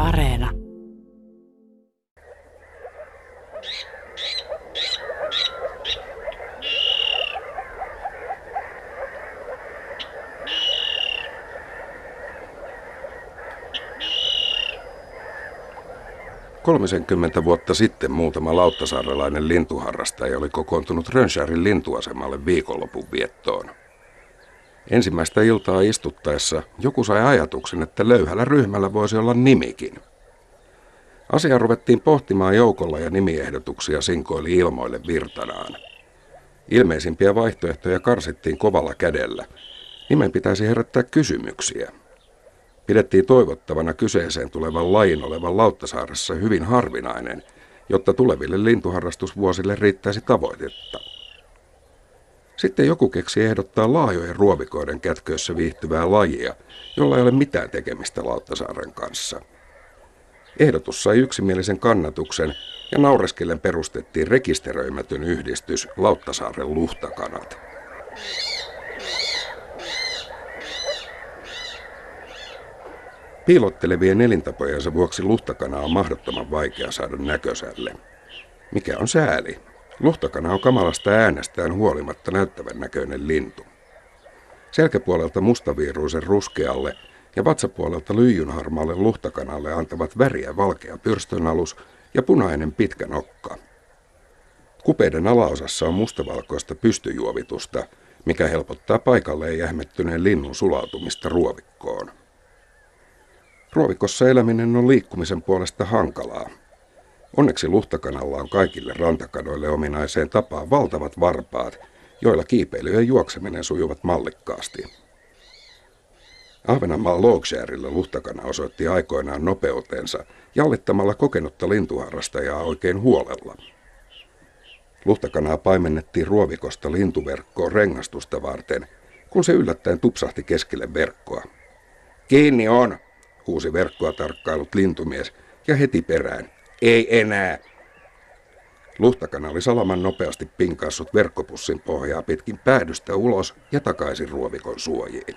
Areena. Kolmisenkymmentä vuotta sitten muutama lauttasaarelainen lintuharrastaja oli kokoontunut Rönnskärin lintuasemalle viikonlopun viettoon. Ensimmäistä iltaa istuttaessa joku sai ajatuksen, että löyhällä ryhmällä voisi olla nimikin. Asiaa ruvettiin pohtimaan joukolla ja nimiehdotuksia sinkoili ilmoille virtanaan. Ilmeisimpiä vaihtoehtoja karsittiin kovalla kädellä. Nimen pitäisi herättää kysymyksiä. Pidettiin toivottavana kyseeseen tulevan lajin olevan Lauttasaaressa hyvin harvinainen, jotta tuleville lintuharrastusvuosille riittäisi tavoitetta. Sitten joku keksi ehdottaa laajojen ruovikoiden kätköissä viihtyvää lajia, jolla ei ole mitään tekemistä Lauttasaaren kanssa. Ehdotus sai yksimielisen kannatuksen ja naureskellen perustettiin rekisteröimätön yhdistys Lauttasaaren luhtakanat. Piilottelevien elintapojensa vuoksi luhtakana on mahdottoman vaikea saada näkösälle. Mikä on sääli? Luhtakana on kamalasta äänestään huolimatta näyttävän näköinen lintu. Selkäpuolelta mustaviiruisen ruskealle ja vatsapuolelta lyijynharmaalle luhtakanalle antavat väriä valkea pyrstönalus ja punainen pitkä nokka. Kupeiden alaosassa on mustavalkoista pystyjuovitusta, mikä helpottaa paikalleen jähmettyneen linnun sulautumista ruovikkoon. Ruovikossa eläminen on liikkumisen puolesta hankalaa. Onneksi luhtakanalla on kaikille rantakanoille ominaiseen tapaan valtavat varpaat, joilla kiipeily ja juokseminen sujuvat mallikkaasti. Ahvenanmaan Logsjärillä luhtakana osoitti aikoinaan nopeutensa jallittamalla kokenutta lintuharrastajaa oikein huolella. Luhtakanaa paimennettiin ruovikosta lintuverkkoon rengastusta varten, kun se yllättäen tupsahti keskelle verkkoa. "Kiinni on!" huusi verkkoa tarkkailut lintumies ja heti perään. "Ei enää!" Luhtakana oli salaman nopeasti pinkaissut verkkopussin pohjaa pitkin päädystä ulos ja takaisin ruovikon suojiin.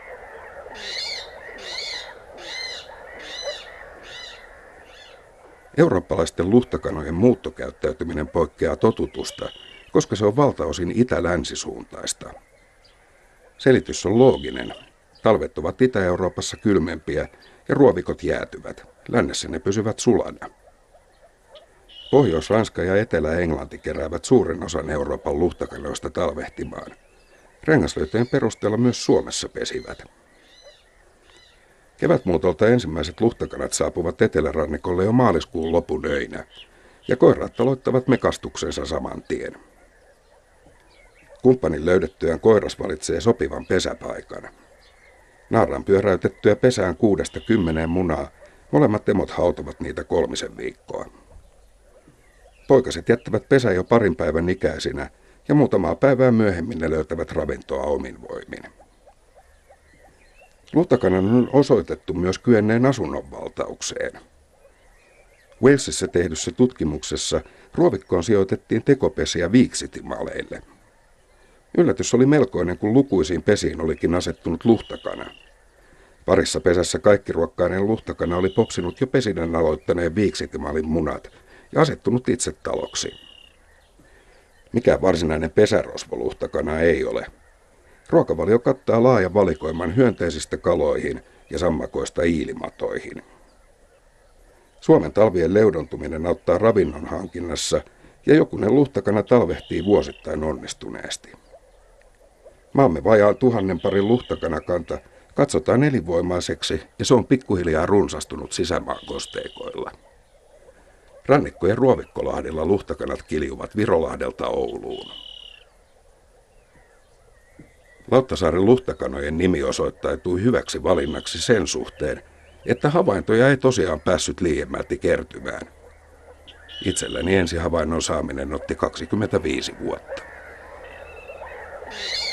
Eurooppalaisten luhtakanojen muuttokäyttäytyminen poikkeaa totutusta, koska se on valtaosin itä-länsisuuntaista. Selitys on looginen. Talvet ovat Itä-Euroopassa kylmempiä ja ruovikot jäätyvät. Lännessä ne pysyvät sulana. Pohjois-Ranska ja Etelä-Englanti keräävät suuren osan Euroopan luhtakanoista talvehtimaan. Rengaslöytöjen perusteella myös Suomessa pesivät. Kevätmuutolta ensimmäiset luhtakanat saapuvat etelärannikolle jo maaliskuun lopun öinä, ja koiraat aloittavat mekastuksensa saman tien. Kumppanin löydettyään koiras valitsee sopivan pesäpaikan. Naaraan pyöräytettyä pesään 6-10 munaa, molemmat emot hautovat niitä 3 viikkoa. Poikaset jättävät pesän jo parin päivän ikäisinä, ja muutamaa päivää myöhemmin ne löytävät ravintoa omin voimin. Luhtakanan on osoitettu myös kyenneen asunnonvaltaukseen. Walesissa tehdyssä tutkimuksessa ruovikkoon sijoitettiin tekopesiä viiksitimaleille. Yllätys oli melkoinen, kun lukuisiin pesiin olikin asettunut luhtakana. Parissa pesässä kaikkiruokkainen luhtakana oli popsinut jo pesinnän aloittaneen viiksitimalin munat ja asettunut itse taloksi. Mikään varsinainen pesärosvoluhtakana ei ole. Ruokavalio kattaa laajan valikoiman hyönteisistä kaloihin ja sammakoista iilimatoihin. Suomen talvien leudontuminen auttaa ravinnon hankinnassa ja jokunen luhtakana talvehtii vuosittain onnistuneesti. Maamme vajaan 1000 parin luhtakanakanta katsotaan elinvoimaiseksi ja se on pikkuhiljaa runsastunut sisämaan kosteikoilla. Rannikkojen Ruovikkolahdella luhtakanat kiljuvat Virolahdelta Ouluun. Lauttasaaren luhtakanojen nimi osoittautui hyväksi valinnaksi sen suhteen, että havaintoja ei tosiaan päässyt liiemmälti kertymään. Itselläni ensihavainnon saaminen otti 25 vuotta.